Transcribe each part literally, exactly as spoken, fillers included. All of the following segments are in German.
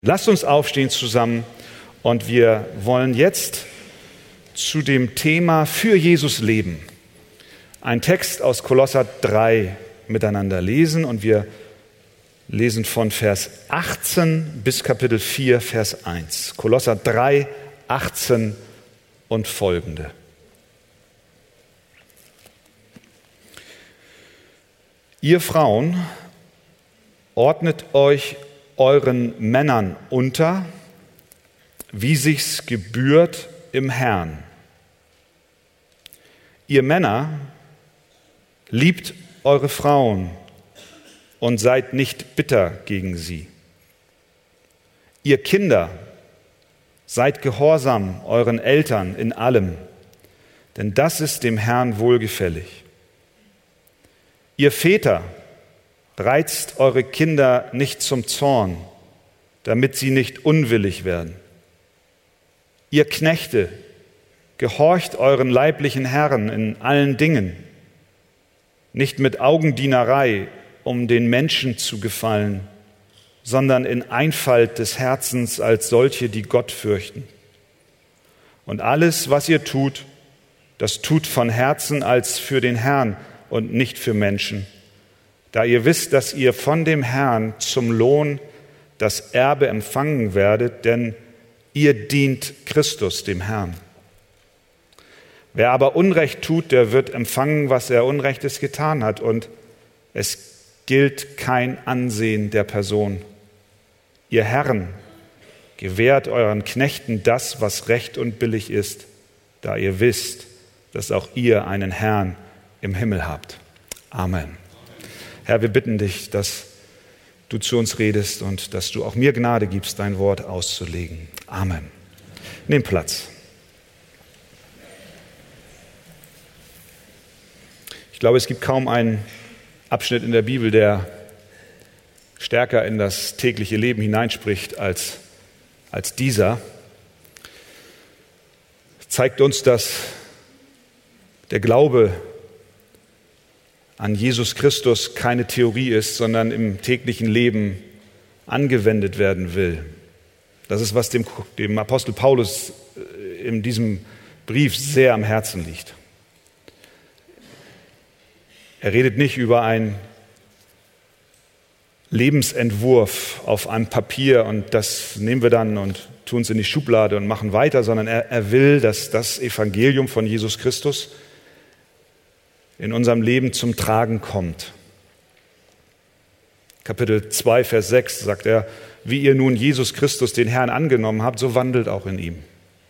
Lasst uns aufstehen zusammen und wir wollen jetzt zu dem Thema für Jesus leben einen Text aus Kolosser drei miteinander lesen und wir lesen von Vers achtzehn bis Kapitel vier, Vers eins. Kolosser drei, achtzehn und folgende. Ihr Frauen, ordnet euch euren Männern unter, wie sich's gebührt im Herrn. Ihr Männer, liebt eure Frauen und seid nicht bitter gegen sie. Ihr Kinder, seid gehorsam euren Eltern in allem, denn das ist dem Herrn wohlgefällig. Ihr Väter, reizt eure Kinder nicht zum Zorn, damit sie nicht unwillig werden. Ihr Knechte, gehorcht euren leiblichen Herren in allen Dingen, nicht mit Augendienerei, um den Menschen zu gefallen, sondern in Einfalt des Herzens als solche, die Gott fürchten. Und alles, was ihr tut, das tut von Herzen als für den Herrn und nicht für Menschen, da ihr wisst, dass ihr von dem Herrn zum Lohn das Erbe empfangen werdet, denn ihr dient Christus, dem Herrn. Wer aber Unrecht tut, der wird empfangen, was er Unrechtes getan hat, und es gilt kein Ansehen der Person. Ihr Herren, gewährt euren Knechten das, was recht und billig ist, da ihr wisst, dass auch ihr einen Herrn im Himmel habt. Amen. Herr, wir bitten dich, dass du zu uns redest und dass du auch mir Gnade gibst, dein Wort auszulegen. Amen. Nimm Platz. Ich glaube, es gibt kaum einen Abschnitt in der Bibel, der stärker in das tägliche Leben hineinspricht als, als dieser. Es zeigt uns, dass der Glaube an Jesus Christus keine Theorie ist, sondern im täglichen Leben angewendet werden will. Das ist, was dem, dem Apostel Paulus in diesem Brief sehr am Herzen liegt. Er redet nicht über einen Lebensentwurf auf einem Papier und das nehmen wir dann und tun es in die Schublade und machen weiter, sondern er, er will, dass das Evangelium von Jesus Christus in unserem Leben zum Tragen kommt. Kapitel zwei, Vers sechs sagt er, wie ihr nun Jesus Christus, den Herrn, angenommen habt, so wandelt auch in ihm.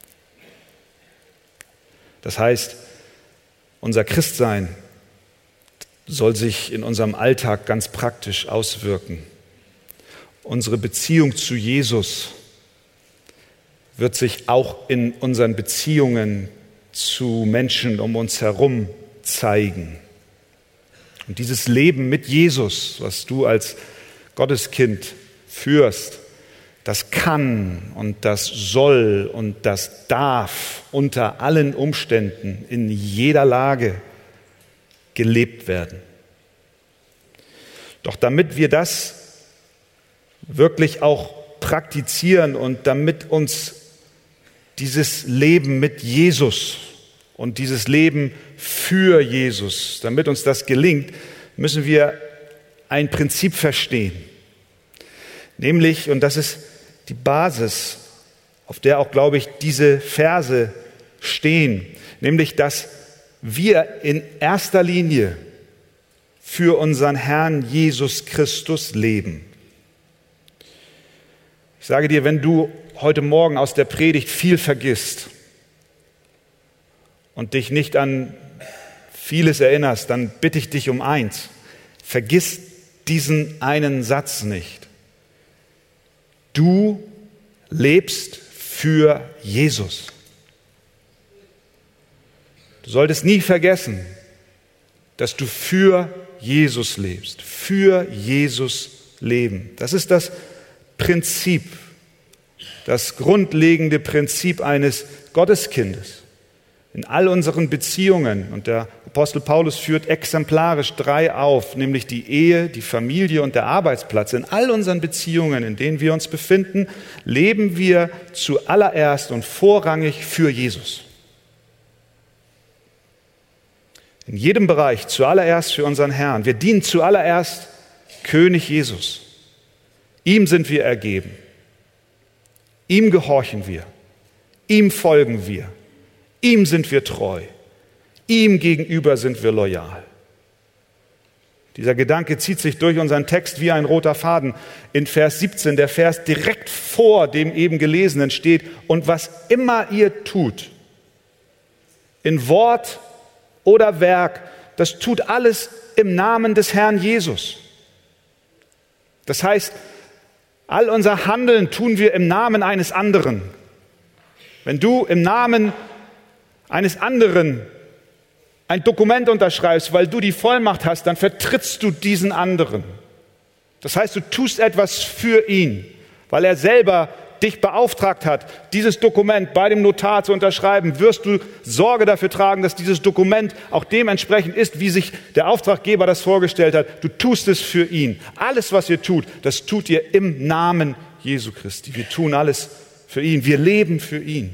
Das heißt, unser Christsein soll sich in unserem Alltag ganz praktisch auswirken. Unsere Beziehung zu Jesus wird sich auch in unseren Beziehungen zu Menschen um uns herum zeigen. Und dieses Leben mit Jesus, was du als Gotteskind führst, das kann und das soll und das darf unter allen Umständen in jeder Lage gelebt werden. Doch damit wir das wirklich auch praktizieren und damit uns dieses Leben mit Jesus und dieses Leben für Jesus, damit uns das gelingt, müssen wir ein Prinzip verstehen. Nämlich, und das ist die Basis, auf der auch, glaube ich, diese Verse stehen, nämlich, dass wir in erster Linie für unseren Herrn Jesus Christus leben. Ich sage dir, wenn du heute Morgen aus der Predigt viel vergisst und dich nicht an vieles erinnerst, dann bitte ich dich um eins. Vergiss diesen einen Satz nicht. Du lebst für Jesus. Du solltest nie vergessen, dass du für Jesus lebst. Für Jesus leben. Das ist das Prinzip, das grundlegende Prinzip eines Gotteskindes. In all unseren Beziehungen, und der Apostel Paulus führt exemplarisch drei auf, nämlich die Ehe, die Familie und der Arbeitsplatz. In all unseren Beziehungen, in denen wir uns befinden, leben wir zuallererst und vorrangig für Jesus. In jedem Bereich zuallererst für unseren Herrn. Wir dienen zuallererst König Jesus. Ihm sind wir ergeben. Ihm gehorchen wir. Ihm folgen wir. Ihm sind wir treu. Ihm gegenüber sind wir loyal. Dieser Gedanke zieht sich durch unseren Text wie ein roter Faden. In Vers siebzehn, der Vers direkt vor dem eben Gelesenen steht: Und was immer ihr tut, in Wort oder Werk, das tut alles im Namen des Herrn Jesus. Das heißt, all unser Handeln tun wir im Namen eines anderen. Wenn du im Namen eines anderen ein Dokument unterschreibst, weil du die Vollmacht hast, dann vertrittst du diesen anderen. Das heißt, du tust etwas für ihn, weil er selber dich beauftragt hat, dieses Dokument bei dem Notar zu unterschreiben, wirst du Sorge dafür tragen, dass dieses Dokument auch dementsprechend ist, wie sich der Auftraggeber das vorgestellt hat. Du tust es für ihn. Alles, was ihr tut, das tut ihr im Namen Jesu Christi. Wir tun alles für ihn. Wir leben für ihn.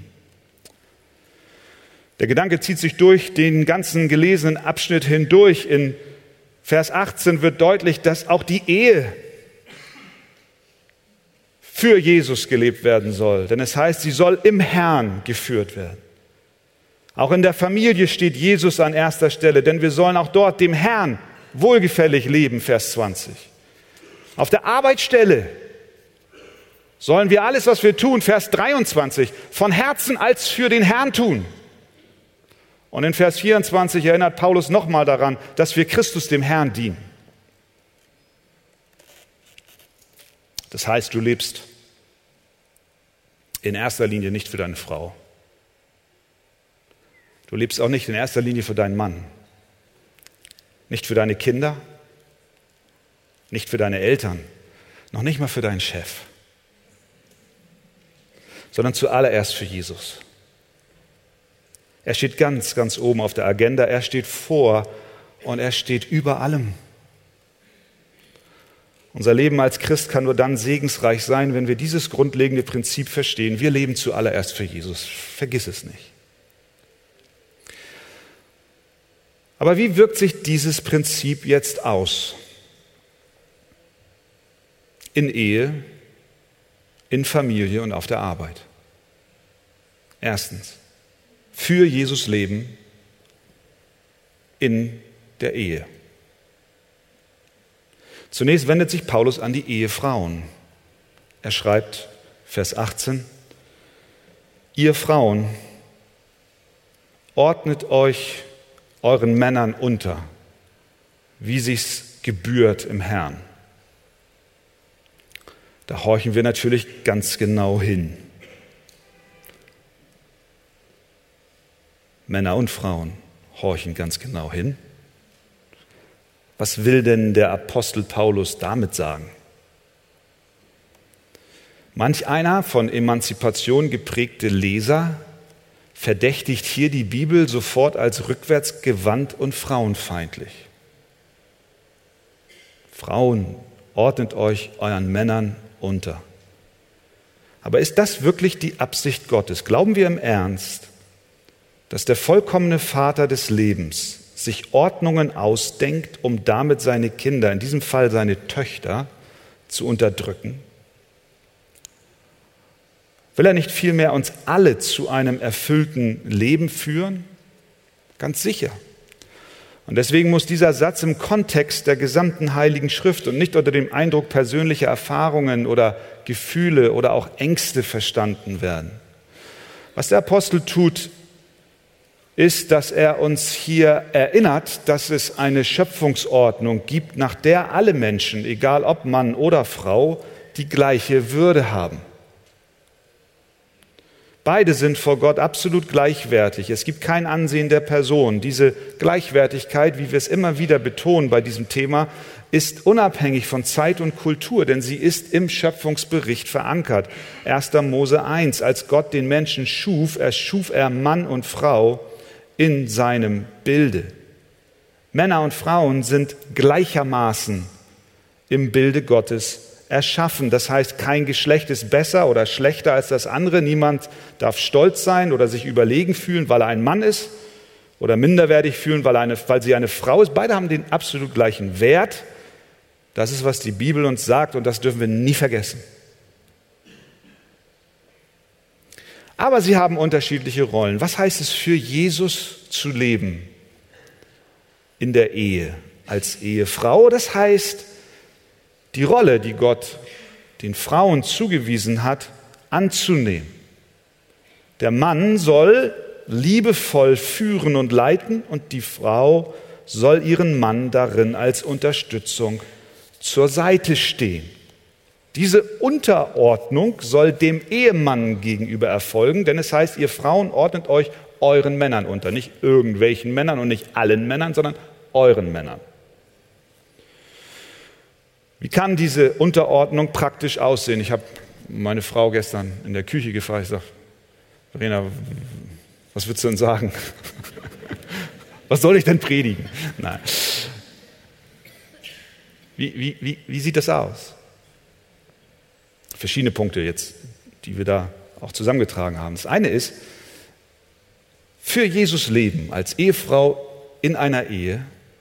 Der Gedanke zieht sich durch den ganzen gelesenen Abschnitt hindurch. In Vers achtzehn wird deutlich, dass auch die Ehe für Jesus gelebt werden soll. Denn es heißt, sie soll im Herrn geführt werden. Auch in der Familie steht Jesus an erster Stelle, denn wir sollen auch dort dem Herrn wohlgefällig leben, Vers zwanzig. Auf der Arbeitsstelle sollen wir alles, was wir tun, Vers dreiundzwanzig, von Herzen als für den Herrn tun. Und in Vers vierundzwanzig erinnert Paulus nochmal daran, dass wir Christus dem Herrn dienen. Das heißt, du lebst in erster Linie nicht für deine Frau. Du lebst auch nicht in erster Linie für deinen Mann. Nicht für deine Kinder, nicht für deine Eltern, noch nicht mal für deinen Chef, sondern zuallererst für Jesus. Er steht ganz, ganz oben auf der Agenda, er steht vor und er steht über allem. Unser Leben als Christ kann nur dann segensreich sein, wenn wir dieses grundlegende Prinzip verstehen. Wir leben zuallererst für Jesus. Vergiss es nicht. Aber wie wirkt sich dieses Prinzip jetzt aus? In Ehe, in Familie und auf der Arbeit. Erstens, für Jesus leben in der Ehe. Zunächst wendet sich Paulus an die Ehefrauen. Er schreibt, Vers achtzehn, ihr Frauen, ordnet euch euren Männern unter, wie sich's gebührt im Herrn. Da horchen wir natürlich ganz genau hin. Männer und Frauen horchen ganz genau hin. Was will denn der Apostel Paulus damit sagen? Manch einer von Emanzipation geprägte Leser verdächtigt hier die Bibel sofort als rückwärtsgewandt und frauenfeindlich. Frauen, ordnet euch euren Männern unter. Aber ist das wirklich die Absicht Gottes? Glauben wir im Ernst, dass der vollkommene Vater des Lebens sich Ordnungen ausdenkt, um damit seine Kinder, in diesem Fall seine Töchter, zu unterdrücken? Will er nicht vielmehr uns alle zu einem erfüllten Leben führen? Ganz sicher. Und deswegen muss dieser Satz im Kontext der gesamten Heiligen Schrift und nicht unter dem Eindruck persönlicher Erfahrungen oder Gefühle oder auch Ängste verstanden werden. Was der Apostel tut, ist, dass er uns hier erinnert, dass es eine Schöpfungsordnung gibt, nach der alle Menschen, egal ob Mann oder Frau, die gleiche Würde haben. Beide sind vor Gott absolut gleichwertig. Es gibt kein Ansehen der Person. Diese Gleichwertigkeit, wie wir es immer wieder betonen bei diesem Thema, ist unabhängig von Zeit und Kultur, denn sie ist im Schöpfungsbericht verankert. erster Mose eins, als Gott den Menschen schuf, erschuf er Mann und Frau, in seinem Bilde. Männer und Frauen sind gleichermaßen im Bilde Gottes erschaffen. Das heißt, kein Geschlecht ist besser oder schlechter als das andere. Niemand darf stolz sein oder sich überlegen fühlen, weil er ein Mann ist, oder minderwertig fühlen, weil, eine, weil sie eine Frau ist. Beide haben den absolut gleichen Wert. Das ist, was die Bibel uns sagt, und das dürfen wir nie vergessen. Aber sie haben unterschiedliche Rollen. Was heißt es für Jesus zu leben in der Ehe als Ehefrau? Das heißt, die Rolle, die Gott den Frauen zugewiesen hat, anzunehmen. Der Mann soll liebevoll führen und leiten, und die Frau soll ihren Mann darin als Unterstützung zur Seite stehen. Diese Unterordnung soll dem Ehemann gegenüber erfolgen, denn es heißt, ihr Frauen ordnet euch euren Männern unter. Nicht irgendwelchen Männern und nicht allen Männern, sondern euren Männern. Wie kann diese Unterordnung praktisch aussehen? Ich habe meine Frau gestern in der Küche gefragt, ich sage, Verena, was würdest du denn sagen? Was soll ich denn predigen? Nein. Wie, wie, wie, wie sieht das aus? Verschiedene Punkte jetzt, die wir da auch zusammengetragen haben. Das eine ist, für Jesus leben als Ehefrau in einer Ehe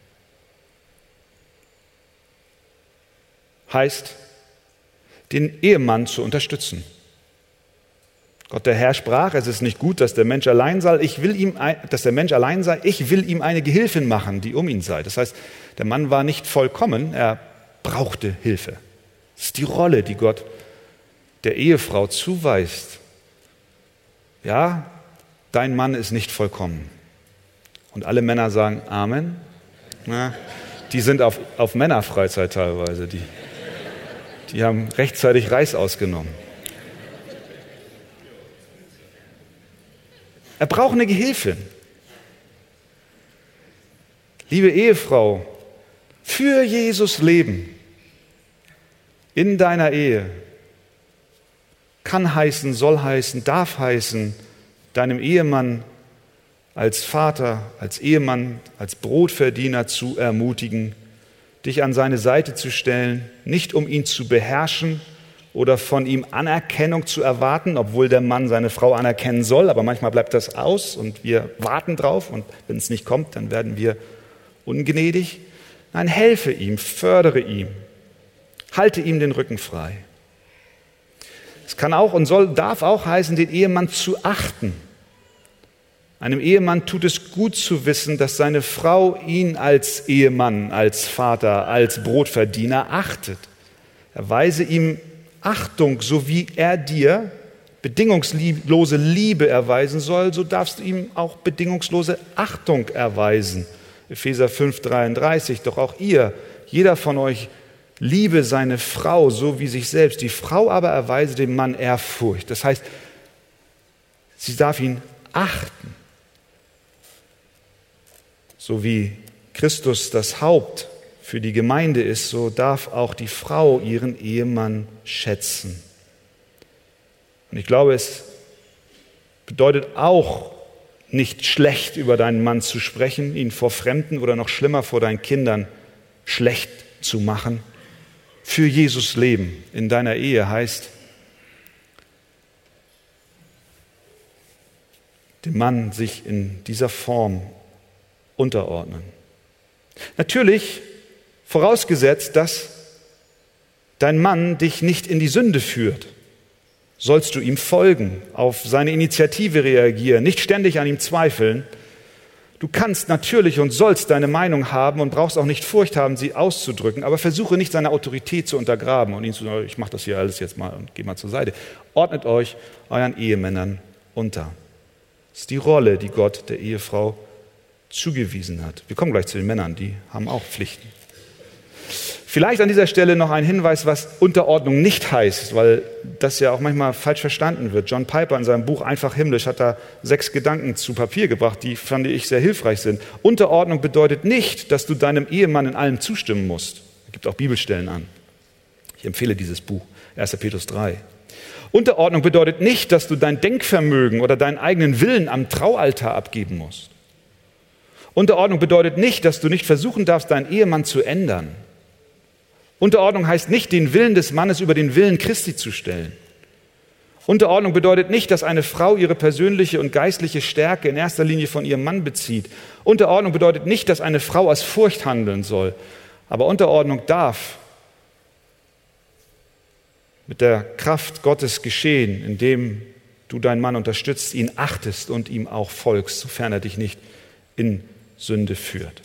heißt, den Ehemann zu unterstützen. Gott der Herr sprach, es ist nicht gut, dass der Mensch allein sei, ich will ihm, dass der Mensch allein sei, ich will ihm eine Gehilfin machen, die um ihn sei. Das heißt, der Mann war nicht vollkommen, er brauchte Hilfe. Das ist die Rolle, die Gott der Ehefrau zuweist. Ja, dein Mann ist nicht vollkommen. Und alle Männer sagen Amen. Na, die sind auf, auf Männerfreizeit teilweise, die, die haben rechtzeitig Reis ausgenommen. Er braucht eine Gehilfin. Liebe Ehefrau, für Jesus leben in deiner Ehe kann heißen, soll heißen, darf heißen, deinem Ehemann als Vater, als Ehemann, als Brotverdiener zu ermutigen, dich an seine Seite zu stellen, nicht um ihn zu beherrschen oder von ihm Anerkennung zu erwarten, obwohl der Mann seine Frau anerkennen soll, aber manchmal bleibt das aus und wir warten drauf, und wenn es nicht kommt, dann werden wir ungnädig. Nein, helfe ihm, fördere ihm, halte ihm den Rücken frei. Es kann auch und soll, darf auch heißen, den Ehemann zu achten. Einem Ehemann tut es gut zu wissen, dass seine Frau ihn als Ehemann, als Vater, als Brotverdiener achtet. Erweise ihm Achtung, so wie er dir bedingungslose Liebe erweisen soll, so darfst du ihm auch bedingungslose Achtung erweisen. Epheser fünf dreiunddreißig, doch auch ihr, jeder von euch, liebe seine Frau so wie sich selbst. Die Frau aber erweise dem Mann Ehrfurcht. Das heißt, sie darf ihn achten. So wie Christus das Haupt für die Gemeinde ist, so darf auch die Frau ihren Ehemann schätzen. Und ich glaube, es bedeutet auch, nicht schlecht über deinen Mann zu sprechen, ihn vor Fremden oder noch schlimmer vor deinen Kindern schlecht zu machen. Für Jesus leben in deiner Ehe heißt, dem Mann sich in dieser Form unterordnen. Natürlich vorausgesetzt, dass dein Mann dich nicht in die Sünde führt, sollst du ihm folgen, auf seine Initiative reagieren, nicht ständig an ihm zweifeln. Du kannst natürlich und sollst deine Meinung haben und brauchst auch nicht Furcht haben, sie auszudrücken, aber versuche nicht, seine Autorität zu untergraben und ihn zu sagen, ich mache das hier alles jetzt mal und geh mal zur Seite. Ordnet euch euren Ehemännern unter. Das ist die Rolle, die Gott der Ehefrau zugewiesen hat. Wir kommen gleich zu den Männern, die haben auch Pflichten. Vielleicht an dieser Stelle noch ein Hinweis, was Unterordnung nicht heißt, weil das ja auch manchmal falsch verstanden wird. John Piper in seinem Buch Einfach himmlisch hat da sechs Gedanken zu Papier gebracht, die, fand ich, sehr hilfreich sind. Unterordnung bedeutet nicht, dass du deinem Ehemann in allem zustimmen musst. Es gibt auch Bibelstellen an. Ich empfehle dieses Buch, erster Petrus drei. Unterordnung bedeutet nicht, dass du dein Denkvermögen oder deinen eigenen Willen am Traualtar abgeben musst. Unterordnung bedeutet nicht, dass du nicht versuchen darfst, deinen Ehemann zu ändern. Unterordnung heißt nicht, den Willen des Mannes über den Willen Christi zu stellen. Unterordnung bedeutet nicht, dass eine Frau ihre persönliche und geistliche Stärke in erster Linie von ihrem Mann bezieht. Unterordnung bedeutet nicht, dass eine Frau aus Furcht handeln soll. Aber Unterordnung darf mit der Kraft Gottes geschehen, indem du deinen Mann unterstützt, ihn achtest und ihm auch folgst, sofern er dich nicht in Sünde führt.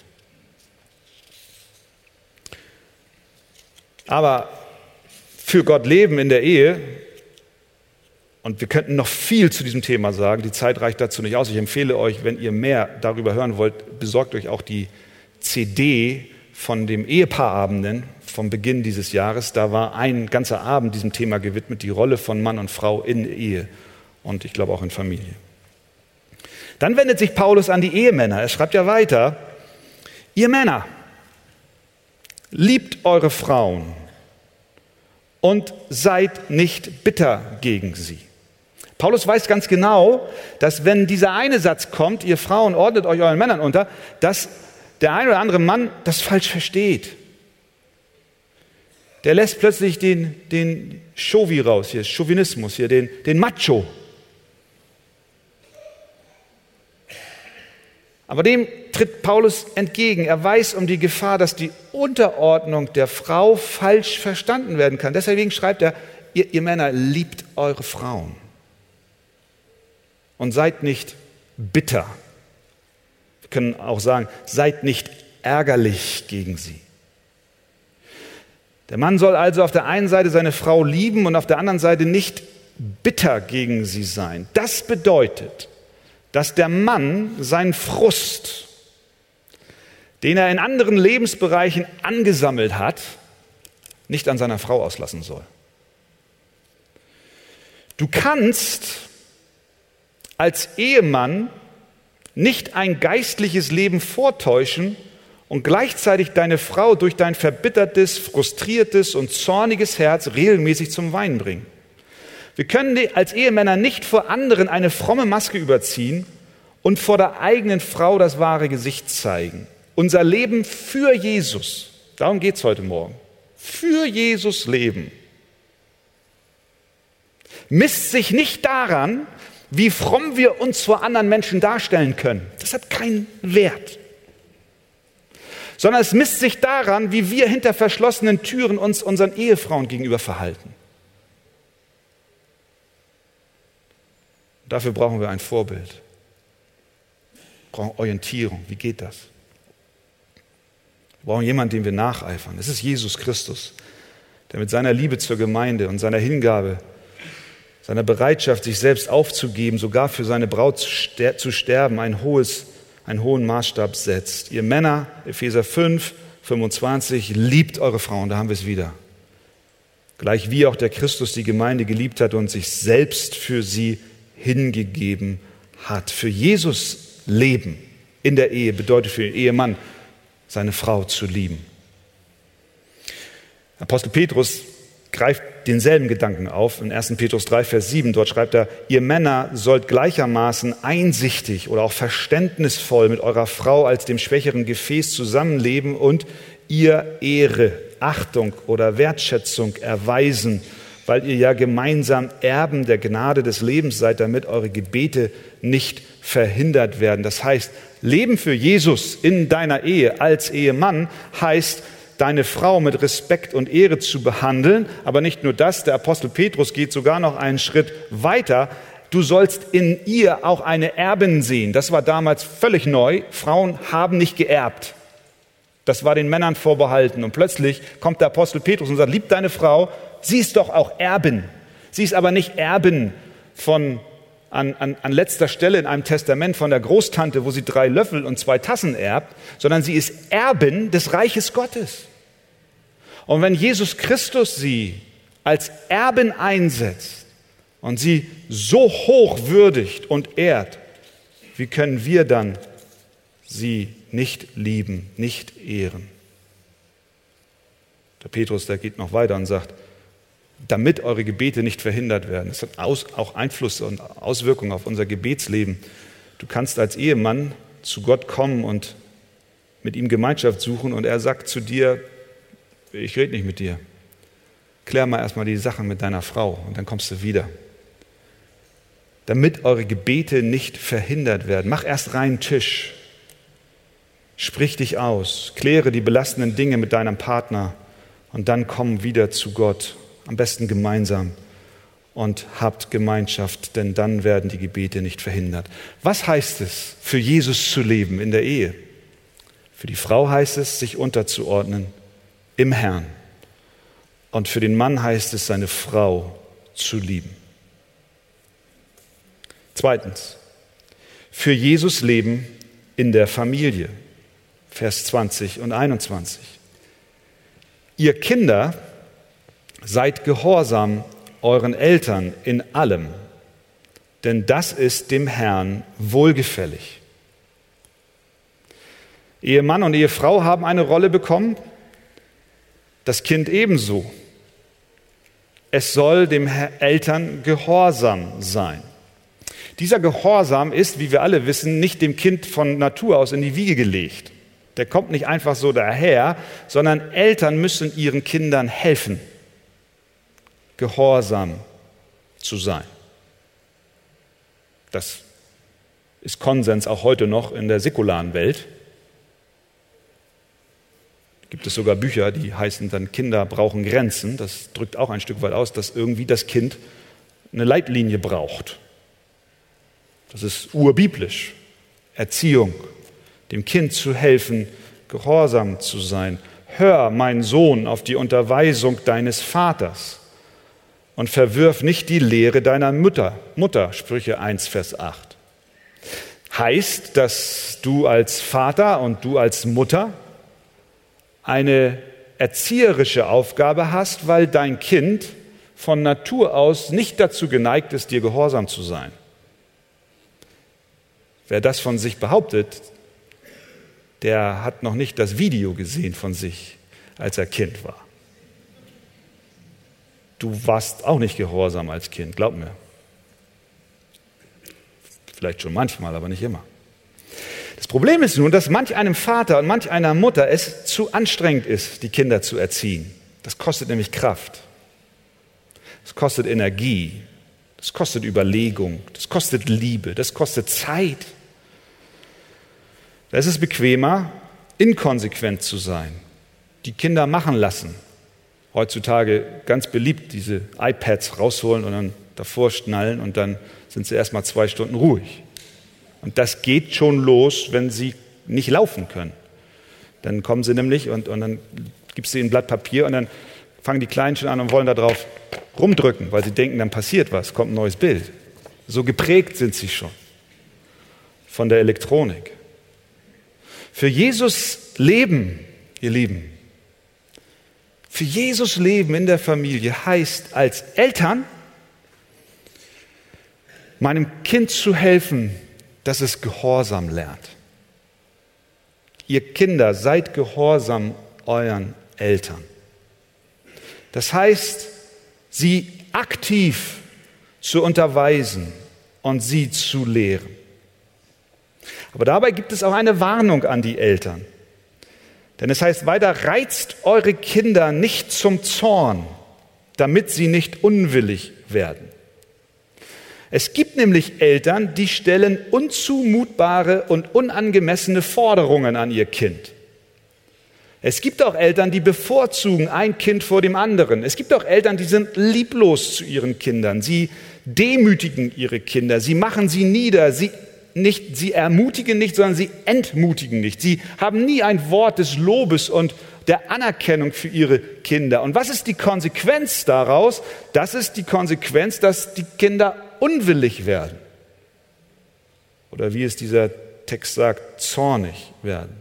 Aber für Gott leben in der Ehe, und wir könnten noch viel zu diesem Thema sagen, die Zeit reicht dazu nicht aus. Ich empfehle euch, wenn ihr mehr darüber hören wollt, besorgt euch auch die C D von dem Ehepaarabenden vom Beginn dieses Jahres. Da war ein ganzer Abend diesem Thema gewidmet, die Rolle von Mann und Frau in Ehe und ich glaube auch in Familie. Dann wendet sich Paulus an die Ehemänner. Er schreibt ja weiter, ihr Männer, liebt eure Frauen und seid nicht bitter gegen sie. Paulus weiß ganz genau, dass wenn dieser eine Satz kommt, ihr Frauen ordnet euch euren Männern unter, dass der ein oder andere Mann das falsch versteht. Der lässt plötzlich den, den Chauvi raus, hier Chauvinismus, hier den, den Macho. Aber dem tritt Paulus entgegen. Er weiß um die Gefahr, dass die Unterordnung der Frau falsch verstanden werden kann. Deswegen schreibt er, ihr, ihr Männer, liebt eure Frauen und seid nicht bitter. Wir können auch sagen, seid nicht ärgerlich gegen sie. Der Mann soll also auf der einen Seite seine Frau lieben und auf der anderen Seite nicht bitter gegen sie sein. Das bedeutet, dass der Mann seinen Frust, den er in anderen Lebensbereichen angesammelt hat, nicht an seiner Frau auslassen soll. Du kannst als Ehemann nicht ein geistliches Leben vortäuschen und gleichzeitig deine Frau durch dein verbittertes, frustriertes und zorniges Herz regelmäßig zum Weinen bringen. Wir können als Ehemänner nicht vor anderen eine fromme Maske überziehen und vor der eigenen Frau das wahre Gesicht zeigen. Unser Leben für Jesus, darum geht es heute Morgen, für Jesus leben, misst sich nicht daran, wie fromm wir uns vor anderen Menschen darstellen können. Das hat keinen Wert. Sondern es misst sich daran, wie wir hinter verschlossenen Türen uns unseren Ehefrauen gegenüber verhalten. Dafür brauchen wir ein Vorbild. Wir brauchen Orientierung. Wie geht das? Wir brauchen jemanden, dem wir nacheifern. Es ist Jesus Christus, der mit seiner Liebe zur Gemeinde und seiner Hingabe, seiner Bereitschaft, sich selbst aufzugeben, sogar für seine Braut zu sterben, ein hohes, einen hohen Maßstab setzt. Ihr Männer, Epheser fünf, fünfundzwanzig, liebt eure Frauen, da haben wir es wieder. Gleich wie auch der Christus die Gemeinde geliebt hat und sich selbst für sie hingegeben hat. Für Jesus leben in der Ehe bedeutet für den Ehemann, seine Frau zu lieben. Apostel Petrus greift denselben Gedanken auf in erster Petrus drei, Vers sieben. Dort schreibt er, ihr Männer sollt gleichermaßen einsichtig oder auch verständnisvoll mit eurer Frau als dem schwächeren Gefäß zusammenleben und ihr Ehre, Achtung oder Wertschätzung erweisen, weil ihr ja gemeinsam Erben der Gnade des Lebens seid, damit eure Gebete nicht verhindert werden. Das heißt, Leben für Jesus in deiner Ehe als Ehemann heißt, deine Frau mit Respekt und Ehre zu behandeln. Aber nicht nur das, der Apostel Petrus geht sogar noch einen Schritt weiter. Du sollst in ihr auch eine Erbin sehen. Das war damals völlig neu. Frauen haben nicht geerbt. Das war den Männern vorbehalten. Und plötzlich kommt der Apostel Petrus und sagt, lieb deine Frau, sie ist doch auch Erbin. Sie ist aber nicht Erbin von An, an, an letzter Stelle in einem Testament von der Großtante, wo sie drei Löffel und zwei Tassen erbt, sondern sie ist Erbin des Reiches Gottes. Und wenn Jesus Christus sie als Erbin einsetzt und sie so hoch würdigt und ehrt, wie können wir dann sie nicht lieben, nicht ehren? Der Petrus, der geht noch weiter und sagt, damit eure Gebete nicht verhindert werden. Das hat auch Einfluss und Auswirkungen auf unser Gebetsleben. Du kannst als Ehemann zu Gott kommen und mit ihm Gemeinschaft suchen und er sagt zu dir, ich rede nicht mit dir. Klär mal erstmal die Sachen mit deiner Frau und dann kommst du wieder. Damit eure Gebete nicht verhindert werden. Mach erst reinen Tisch. Sprich dich aus. Kläre die belastenden Dinge mit deinem Partner und dann komm wieder zu Gott. Am besten gemeinsam. Und habt Gemeinschaft, denn dann werden die Gebete nicht verhindert. Was heißt es, für Jesus zu leben in der Ehe? Für die Frau heißt es, sich unterzuordnen im Herrn. Und für den Mann heißt es, seine Frau zu lieben. Zweitens, für Jesus leben in der Familie. Vers zwanzig und einundzwanzig. Ihr Kinder, seid gehorsam euren Eltern in allem, denn das ist dem Herrn wohlgefällig. Ehemann und Ehefrau haben eine Rolle bekommen, das Kind ebenso. Es soll dem Eltern gehorsam sein. Dieser Gehorsam ist, wie wir alle wissen, nicht dem Kind von Natur aus in die Wiege gelegt. Der kommt nicht einfach so daher, sondern Eltern müssen ihren Kindern helfen, gehorsam zu sein. Das ist Konsens auch heute noch in der säkularen Welt. Gibt es sogar Bücher, die heißen dann Kinder brauchen Grenzen. Das drückt auch ein Stück weit aus, dass irgendwie das Kind eine Leitlinie braucht. Das ist urbiblisch. Erziehung, dem Kind zu helfen, gehorsam zu sein. Hör, mein Sohn, auf die Unterweisung deines Vaters und verwirf nicht die Lehre deiner Mutter. Mutter, Sprüche eins, Vers acht. Heißt, dass du als Vater und du als Mutter eine erzieherische Aufgabe hast, weil dein Kind von Natur aus nicht dazu geneigt ist, dir gehorsam zu sein. Wer das von sich behauptet, der hat noch nicht das Video gesehen von sich, als er Kind war. Du warst auch nicht gehorsam als Kind, glaub mir. Vielleicht schon manchmal, aber nicht immer. Das Problem ist nun, dass manch einem Vater und manch einer Mutter es zu anstrengend ist, die Kinder zu erziehen. Das kostet nämlich Kraft. Das kostet Energie. Das kostet Überlegung. Das kostet Liebe. Das kostet Zeit. Da ist es bequemer, inkonsequent zu sein. Die Kinder machen lassen. Heutzutage ganz beliebt, diese iPads rausholen und dann davor schnallen und dann sind sie erst mal zwei Stunden ruhig. Und das geht schon los, wenn sie nicht laufen können. Dann kommen sie nämlich und, und dann gibst du ihnen ein Blatt Papier und dann fangen die Kleinen schon an und wollen da drauf rumdrücken, weil sie denken, dann passiert was, kommt ein neues Bild. So geprägt sind sie schon von der Elektronik. Für Jesus leben, ihr Lieben, für Jesus leben in der Familie heißt als Eltern, meinem Kind zu helfen, dass es Gehorsam lernt. Ihr Kinder, seid gehorsam euren Eltern. Das heißt, sie aktiv zu unterweisen und sie zu lehren. Aber dabei gibt es auch eine Warnung an die Eltern. Denn es heißt weiter, reizt eure Kinder nicht zum Zorn, damit sie nicht unwillig werden. Es gibt nämlich Eltern, die stellen unzumutbare und unangemessene Forderungen an ihr Kind. Es gibt auch Eltern, die bevorzugen ein Kind vor dem anderen. Es gibt auch Eltern, die sind lieblos zu ihren Kindern. Sie demütigen ihre Kinder, sie machen sie nieder, sie Nicht, sie ermutigen nicht, sondern sie entmutigen nicht. Sie haben nie ein Wort des Lobes und der Anerkennung für ihre Kinder. Und was ist die Konsequenz daraus? Das ist die Konsequenz, dass die Kinder unwillig werden. Oder wie es dieser Text sagt, zornig werden.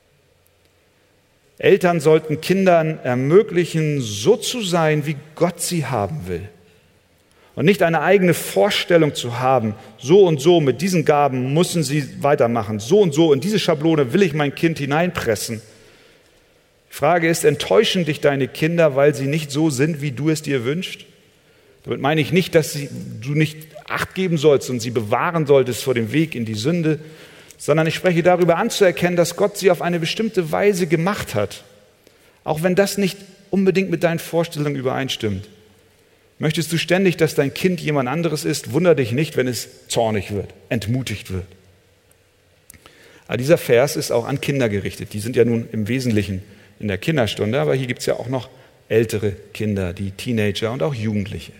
Eltern sollten Kindern ermöglichen, so zu sein, wie Gott sie haben will. Und nicht eine eigene Vorstellung zu haben, so und so, mit diesen Gaben müssen sie weitermachen, so und so, in diese Schablone will ich mein Kind hineinpressen. Die Frage ist, enttäuschen dich deine Kinder, weil sie nicht so sind, wie du es dir wünschst? Damit meine ich nicht, dass sie, du nicht Acht geben sollst und sie bewahren solltest vor dem Weg in die Sünde. sondern ich spreche darüber anzuerkennen, dass Gott sie auf eine bestimmte Weise gemacht hat, auch wenn das nicht unbedingt mit deinen Vorstellungen übereinstimmt. Möchtest du ständig, dass dein Kind jemand anderes ist, wundere dich nicht, wenn es zornig wird, entmutigt wird. Aber dieser Vers ist auch an Kinder gerichtet. Die sind ja nun im Wesentlichen in der Kinderstunde, aber hier gibt es ja auch noch ältere Kinder, die Teenager und auch Jugendliche.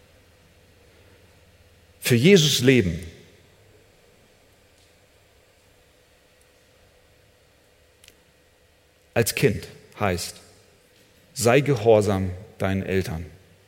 Für Jesus leben. Als Kind heißt, sei gehorsam deinen Eltern.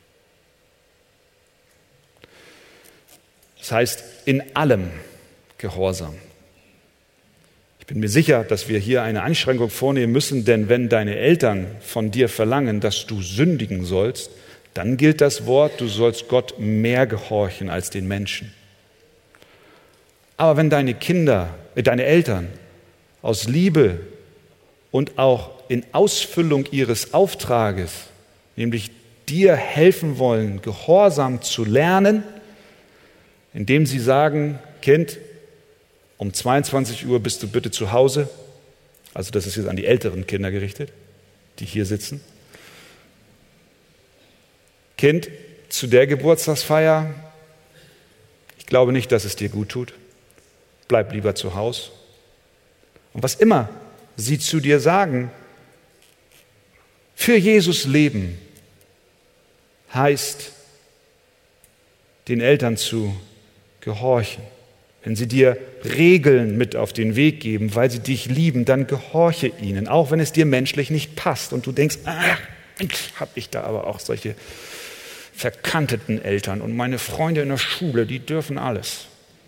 Das heißt, in allem Gehorsam. Ich bin mir sicher, dass wir hier eine Einschränkung vornehmen müssen, denn wenn deine Eltern von dir verlangen, dass du sündigen sollst, dann gilt das Wort, du sollst Gott mehr gehorchen als den Menschen. Aber wenn deine Kinder, äh, deine Eltern aus Liebe und auch in Ausfüllung ihres Auftrages, nämlich dir helfen wollen, Gehorsam zu lernen, indem sie sagen, Kind, um zweiundzwanzig Uhr bist du bitte zu Hause. Also das ist jetzt an die älteren Kinder gerichtet, die hier sitzen. Kind, zu der Geburtstagsfeier, ich glaube nicht, dass es dir gut tut. Bleib lieber zu Hause. Und was immer sie zu dir sagen, für Jesus leben, heißt, den Eltern zu gehorchen. Wenn sie dir Regeln mit auf den Weg geben, weil sie dich lieben, dann gehorche ihnen, auch wenn es dir menschlich nicht passt und du denkst, ah, habe ich da aber auch solche verkanteten Eltern und meine Freunde in der Schule, die dürfen alles.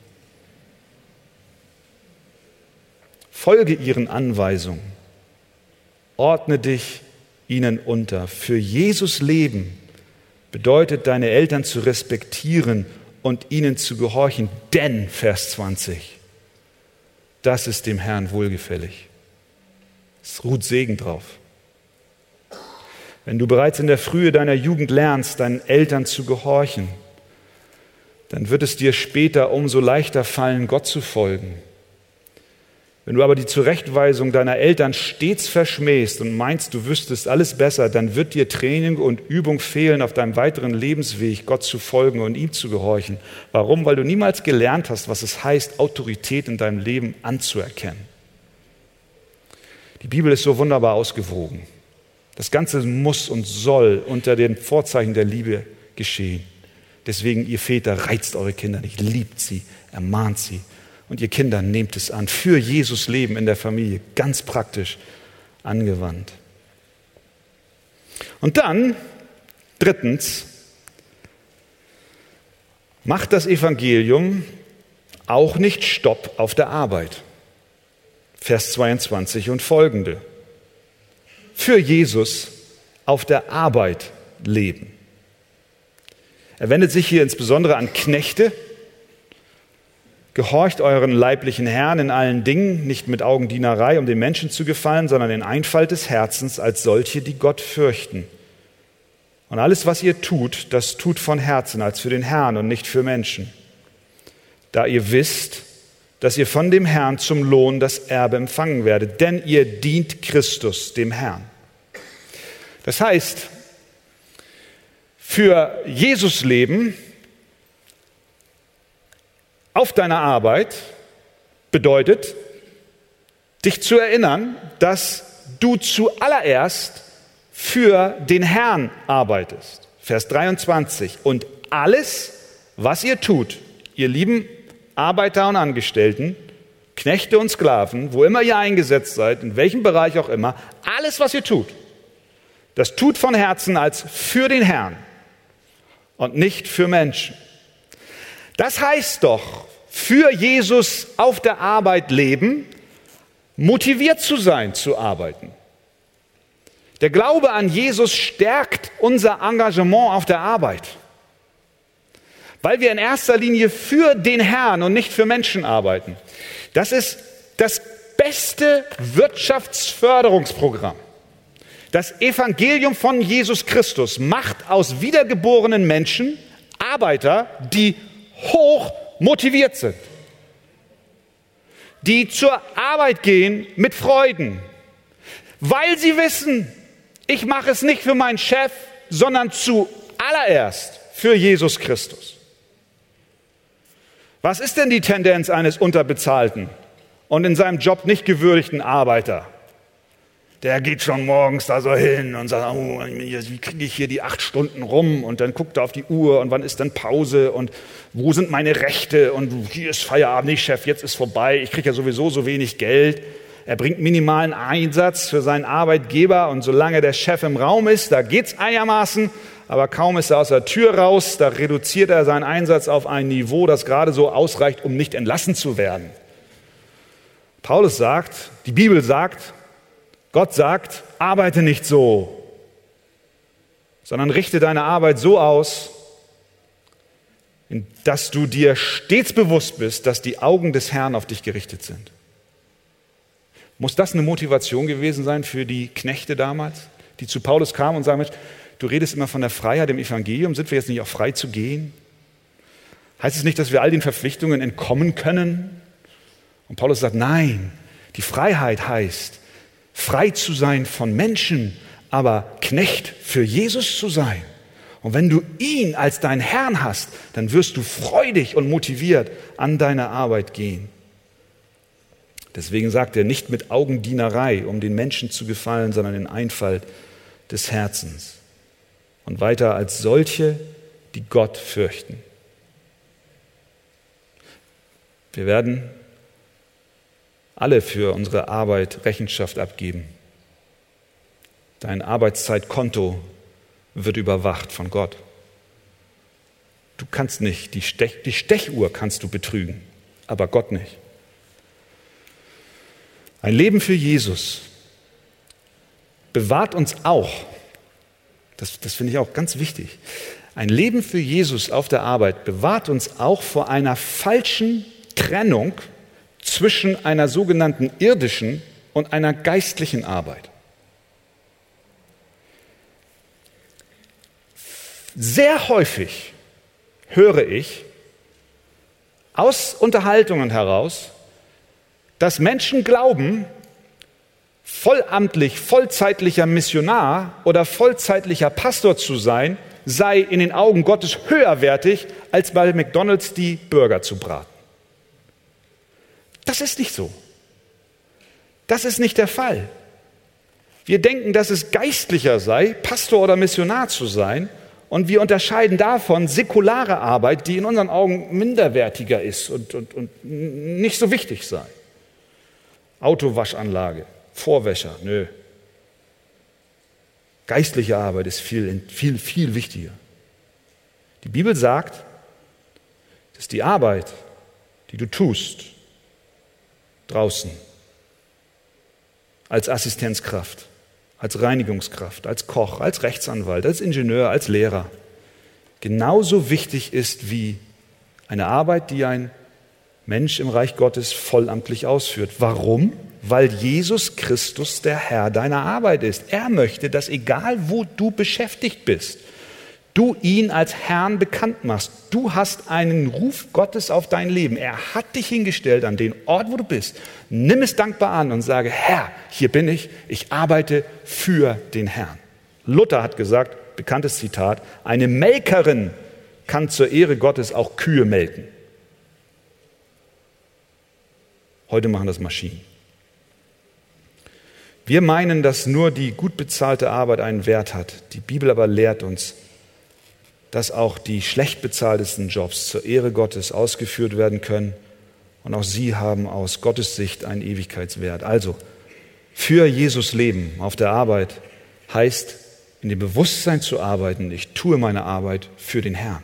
Folge ihren Anweisungen, ordne dich ihnen unter. Für Jesus leben bedeutet, deine Eltern zu respektieren und ihnen zu gehorchen, denn, Vers zwanzig, das ist dem Herrn wohlgefällig. Es ruht Segen drauf. Wenn du bereits in der Frühe deiner Jugend lernst, deinen Eltern zu gehorchen, dann wird es dir später umso leichter fallen, Gott zu folgen. Wenn du aber die Zurechtweisung deiner Eltern stets verschmähst und meinst, du wüsstest alles besser, dann wird dir Training und Übung fehlen auf deinem weiteren Lebensweg, Gott zu folgen und ihm zu gehorchen. Warum? Weil du niemals gelernt hast, was es heißt, Autorität in deinem Leben anzuerkennen. Die Bibel ist so wunderbar ausgewogen. Das Ganze muss und soll unter den Vorzeichen der Liebe geschehen. Deswegen, ihr Väter, reizt eure Kinder nicht, liebt sie, ermahnt sie. Und ihr Kinder, nehmt es an. Für Jesus leben in der Familie, ganz praktisch angewandt. Und dann, drittens, macht das Evangelium auch nicht Stopp auf der Arbeit. Vers zweiundzwanzig und folgende. Für Jesus auf der Arbeit leben. Er wendet sich hier insbesondere an Knechte. Gehorcht euren leiblichen Herrn in allen Dingen, nicht mit Augendienerei, um den Menschen zu gefallen, sondern in Einfalt des Herzens als solche, die Gott fürchten. Und alles, was ihr tut, das tut von Herzen als für den Herrn und nicht für Menschen. Da ihr wisst, dass ihr von dem Herrn zum Lohn das Erbe empfangen werdet, denn ihr dient Christus, dem Herrn. Das heißt, für Jesus leben auf deiner Arbeit bedeutet, dich zu erinnern, dass du zuallererst für den Herrn arbeitest. Vers dreiundzwanzig. Und alles, was ihr tut, ihr lieben Arbeiter und Angestellten, Knechte und Sklaven, wo immer ihr eingesetzt seid, in welchem Bereich auch immer, alles, was ihr tut, das tut von Herzen als für den Herrn und nicht für Menschen. Das heißt doch, für Jesus auf der Arbeit leben, motiviert zu sein, zu arbeiten. Der Glaube an Jesus stärkt unser Engagement auf der Arbeit, weil wir in erster Linie für den Herrn und nicht für Menschen arbeiten. Das ist das beste Wirtschaftsförderungsprogramm. Das Evangelium von Jesus Christus macht aus wiedergeborenen Menschen Arbeiter, die hoch motiviert sind, die zur Arbeit gehen mit Freuden, weil sie wissen, ich mache es nicht für meinen Chef, sondern zuallererst für Jesus Christus. Was ist denn die Tendenz eines unterbezahlten und in seinem Job nicht gewürdigten Arbeiter? Der geht schon morgens da so hin und sagt, oh, wie kriege ich hier die acht Stunden rum? Und dann guckt er auf die Uhr und wann ist denn Pause und wo sind meine Rechte? Und hier ist Feierabend, nee Chef, jetzt ist vorbei, ich kriege ja sowieso so wenig Geld. Er bringt minimalen Einsatz für seinen Arbeitgeber und solange der Chef im Raum ist, da geht's einigermaßen, aber kaum ist er aus der Tür raus, da reduziert er seinen Einsatz auf ein Niveau, das gerade so ausreicht, um nicht entlassen zu werden. Paulus sagt, die Bibel sagt, Gott sagt, arbeite nicht so, sondern richte deine Arbeit so aus, dass du dir stets bewusst bist, dass die Augen des Herrn auf dich gerichtet sind. Muss das eine Motivation gewesen sein für die Knechte damals, die zu Paulus kamen und sagen, Mensch, du redest immer von der Freiheit im Evangelium, sind wir jetzt nicht auch frei zu gehen? Heißt es nicht, dass wir all den Verpflichtungen entkommen können? Und Paulus sagt, nein, die Freiheit heißt, frei zu sein von Menschen, aber Knecht für Jesus zu sein. Und wenn du ihn als deinen Herrn hast, dann wirst du freudig und motiviert an deine Arbeit gehen. Deswegen sagt er, nicht mit Augendienerei, um den Menschen zu gefallen, sondern in Einfalt des Herzens. Und weiter als solche, die Gott fürchten. Wir werden alle für unsere Arbeit Rechenschaft abgeben. Dein Arbeitszeitkonto wird überwacht von Gott. Du kannst nicht, die, Stech, die Stechuhr kannst du betrügen, aber Gott nicht. Ein Leben für Jesus bewahrt uns auch, das, das finde ich auch ganz wichtig, ein Leben für Jesus auf der Arbeit bewahrt uns auch vor einer falschen Trennung zwischen einer sogenannten irdischen und einer geistlichen Arbeit. Sehr häufig höre ich aus Unterhaltungen heraus, dass Menschen glauben, vollamtlich, vollzeitlicher Missionar oder vollzeitlicher Pastor zu sein, sei in den Augen Gottes höherwertig, als bei McDonald's die Burger zu braten. Das ist nicht so. Das ist nicht der Fall. Wir denken, dass es geistlicher sei, Pastor oder Missionar zu sein, und wir unterscheiden davon säkulare Arbeit, die in unseren Augen minderwertiger ist und, und, und nicht so wichtig sei. Autowaschanlage, Vorwäscher, nö. Geistliche Arbeit ist viel, viel, viel wichtiger. Die Bibel sagt, dass die Arbeit, die du tust, draußen, als Assistenzkraft, als Reinigungskraft, als Koch, als Rechtsanwalt, als Ingenieur, als Lehrer, genauso wichtig ist wie eine Arbeit, die ein Mensch im Reich Gottes vollamtlich ausführt. Warum? Weil Jesus Christus der Herr deiner Arbeit ist. Er möchte, dass egal wo du beschäftigt bist, du ihn als Herrn bekannt machst. Du hast einen Ruf Gottes auf dein Leben. Er hat dich hingestellt an den Ort, wo du bist. Nimm es dankbar an und sage, Herr, hier bin ich, ich arbeite für den Herrn. Luther hat gesagt, bekanntes Zitat, eine Melkerin kann zur Ehre Gottes auch Kühe melken. Heute machen das Maschinen. Wir meinen, dass nur die gut bezahlte Arbeit einen Wert hat. Die Bibel aber lehrt uns, dass auch die schlecht bezahltesten Jobs zur Ehre Gottes ausgeführt werden können und auch sie haben aus Gottes Sicht einen Ewigkeitswert. Also, für Jesus leben auf der Arbeit heißt, in dem Bewusstsein zu arbeiten, ich tue meine Arbeit für den Herrn.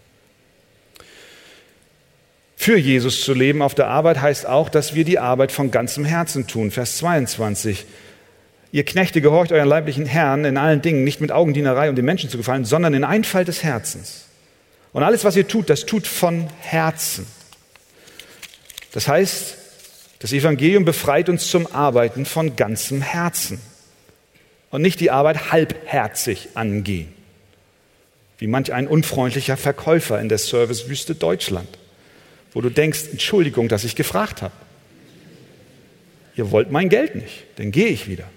Für Jesus zu leben auf der Arbeit heißt auch, dass wir die Arbeit von ganzem Herzen tun. Vers zweiundzwanzig. Ihr Knechte, gehorcht euren leiblichen Herrn in allen Dingen, nicht mit Augendienerei, um den Menschen zu gefallen, sondern in Einfalt des Herzens. Und alles, was ihr tut, das tut von Herzen. Das heißt, das Evangelium befreit uns zum Arbeiten von ganzem Herzen und nicht die Arbeit halbherzig angehen, wie manch ein unfreundlicher Verkäufer in der Servicewüste Deutschland, wo du denkst, Entschuldigung, dass ich gefragt habe. ihr wollt mein Geld nicht, dann gehe ich wieder.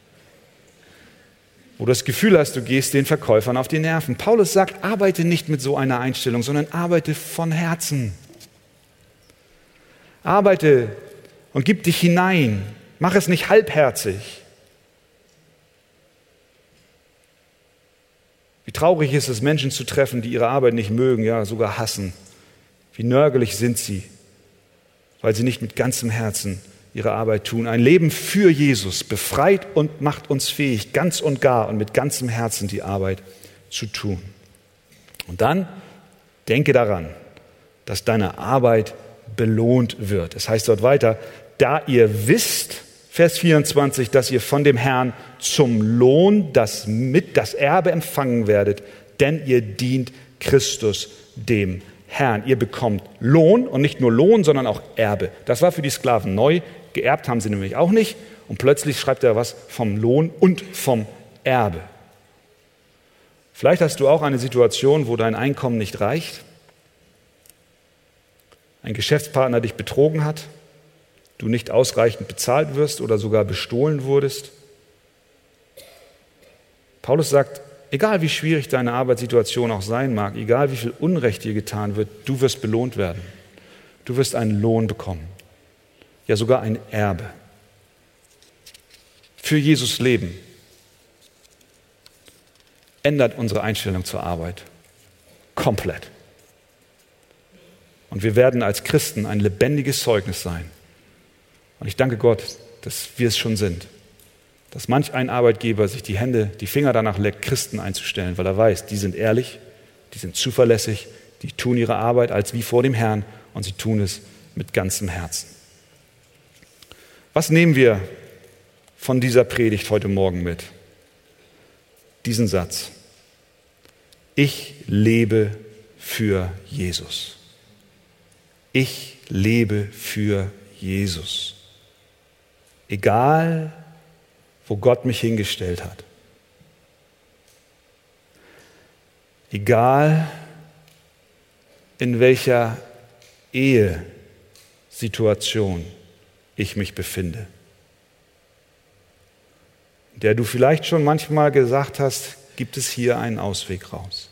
Wo du das Gefühl hast, du gehst den Verkäufern auf die Nerven. Paulus sagt, arbeite nicht mit so einer Einstellung, sondern arbeite von Herzen. Arbeite und gib dich hinein. Mach es nicht halbherzig. Wie traurig ist es, Menschen zu treffen, die ihre Arbeit nicht mögen, ja sogar hassen. Wie nörgelig sind sie, weil sie nicht mit ganzem Herzen ihre Arbeit tun. Ein Leben für Jesus befreit und macht uns fähig, ganz und gar und mit ganzem Herzen die Arbeit zu tun. Und dann denke daran, dass deine Arbeit belohnt wird. Es heißt dort weiter, da ihr wisst, Vers vierundzwanzig, dass ihr von dem Herrn zum Lohn das, mit, das Erbe empfangen werdet, denn ihr dient Christus dem Herrn. Ihr bekommt Lohn und nicht nur Lohn, sondern auch Erbe. Das war für die Sklaven neu. Geerbt haben sie nämlich auch nicht. Und plötzlich schreibt er was vom Lohn und vom Erbe. Vielleicht hast du auch eine Situation, wo dein Einkommen nicht reicht. Ein Geschäftspartner dich betrogen hat, du nicht ausreichend bezahlt wirst oder sogar bestohlen wurdest. Paulus sagt, egal wie schwierig deine Arbeitssituation auch sein mag, egal wie viel Unrecht dir getan wird, du wirst belohnt werden. Du wirst einen Lohn bekommen. Ja, sogar ein Erbe. Für Jesus leben ändert unsere Einstellung zur Arbeit komplett. Und wir werden als Christen ein lebendiges Zeugnis sein. Und ich danke Gott, dass wir es schon sind. Dass manch ein Arbeitgeber sich die Hände, die Finger danach leckt, Christen einzustellen, weil er weiß, die sind ehrlich, die sind zuverlässig, die tun ihre Arbeit als wie vor dem Herrn und sie tun es mit ganzem Herzen. Was nehmen wir von dieser Predigt heute Morgen mit? Diesen Satz. Ich lebe für Jesus. Ich lebe für Jesus. Egal, wo Gott mich hingestellt hat. Egal, in welcher Ehesituation ich mich befinde, in der du vielleicht schon manchmal gesagt hast, gibt es hier einen Ausweg raus.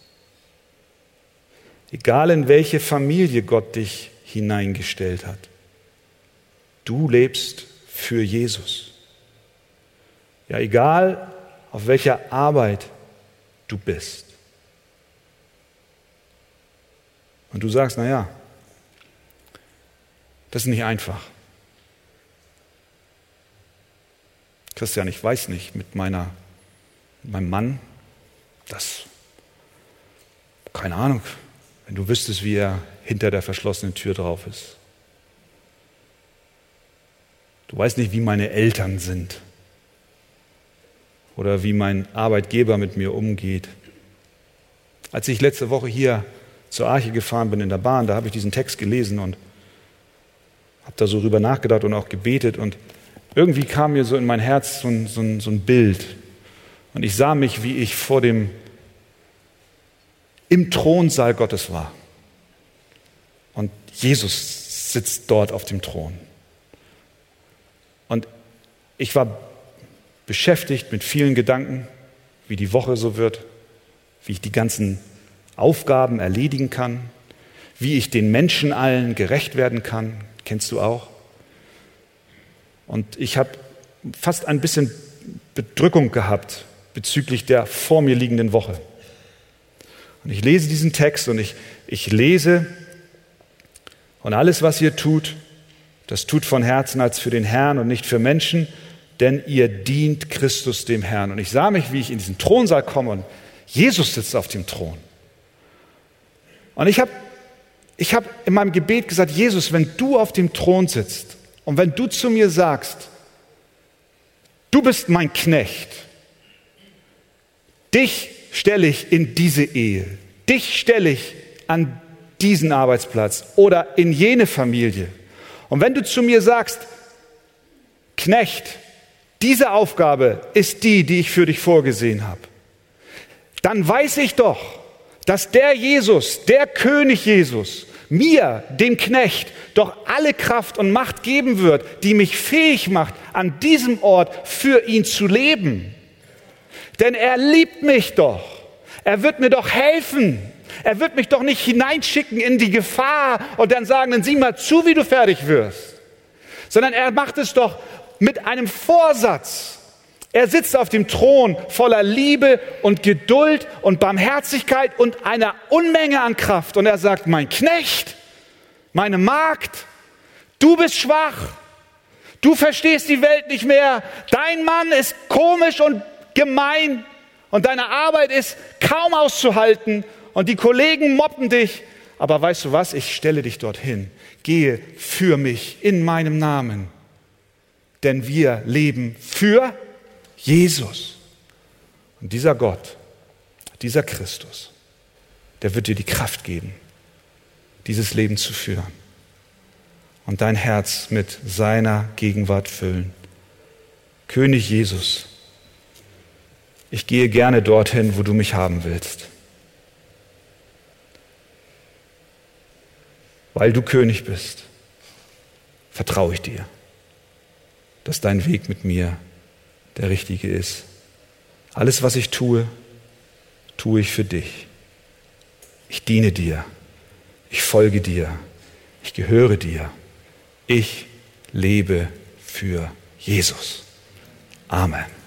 Egal, in welche Familie Gott dich hineingestellt hat, du lebst für Jesus. Ja, egal, auf welcher Arbeit du bist. Und du sagst, naja, das ist nicht einfach. Christian, ich weiß nicht, mit meiner, mit meinem Mann, das, keine Ahnung, wenn du wüsstest, wie er hinter der verschlossenen Tür drauf ist. Du weißt nicht, wie meine Eltern sind oder wie mein Arbeitgeber mit mir umgeht. Als ich letzte Woche hier zur Arche gefahren bin in der Bahn, da habe ich diesen Text gelesen und habe da so drüber nachgedacht und auch gebetet und irgendwie kam mir so in mein Herz so ein, so ein, so ein Bild und ich sah mich, wie ich vor dem, im Thronsaal Gottes war und Jesus sitzt dort auf dem Thron. Und ich war beschäftigt mit vielen Gedanken, wie die Woche so wird, wie ich die ganzen Aufgaben erledigen kann, wie ich den Menschen allen gerecht werden kann, kennst du auch. Und ich habe fast ein bisschen Bedrückung gehabt bezüglich der vor mir liegenden Woche. Und ich lese diesen Text und ich, ich lese, und alles, was ihr tut, das tut von Herzen als für den Herrn und nicht für Menschen, denn ihr dient Christus dem Herrn. Und ich sah mich, wie ich in diesen Thronsaal komme und Jesus sitzt auf dem Thron. Und ich habe ich hab in meinem Gebet gesagt, Jesus, wenn du auf dem Thron sitzt und wenn du zu mir sagst, du bist mein Knecht, dich stelle ich in diese Ehe, dich stelle ich an diesen Arbeitsplatz oder in jene Familie. Und wenn du zu mir sagst, Knecht, diese Aufgabe ist die, die ich für dich vorgesehen habe, dann weiß ich doch, dass der Jesus, der König Jesus, mir, dem Knecht, doch alle Kraft und Macht geben wird, die mich fähig macht, an diesem Ort für ihn zu leben. Denn er liebt mich doch. Er wird mir doch helfen. Er wird mich doch nicht hineinschicken in die Gefahr und dann sagen, dann sieh mal zu, wie du fertig wirst. Sondern er macht es doch mit einem Vorsatz. Er sitzt auf dem Thron voller Liebe und Geduld und Barmherzigkeit und einer Unmenge an Kraft. Und er sagt, mein Knecht, meine Magd, du bist schwach. Du verstehst die Welt nicht mehr. Dein Mann ist komisch und gemein. Und deine Arbeit ist kaum auszuhalten. Und die Kollegen mobben dich. Aber weißt du was? Ich stelle dich dorthin. Gehe für mich in meinem Namen. Denn wir leben für Jesus. Und dieser Gott, dieser Christus, der wird dir die Kraft geben, dieses Leben zu führen und dein Herz mit seiner Gegenwart füllen. König Jesus, ich gehe gerne dorthin, wo du mich haben willst. Weil du König bist, vertraue ich dir, dass dein Weg mit mir der richtige ist. Alles, was ich tue, tue ich für dich. Ich diene dir. Ich folge dir. Ich gehöre dir. Ich lebe für Jesus. Amen.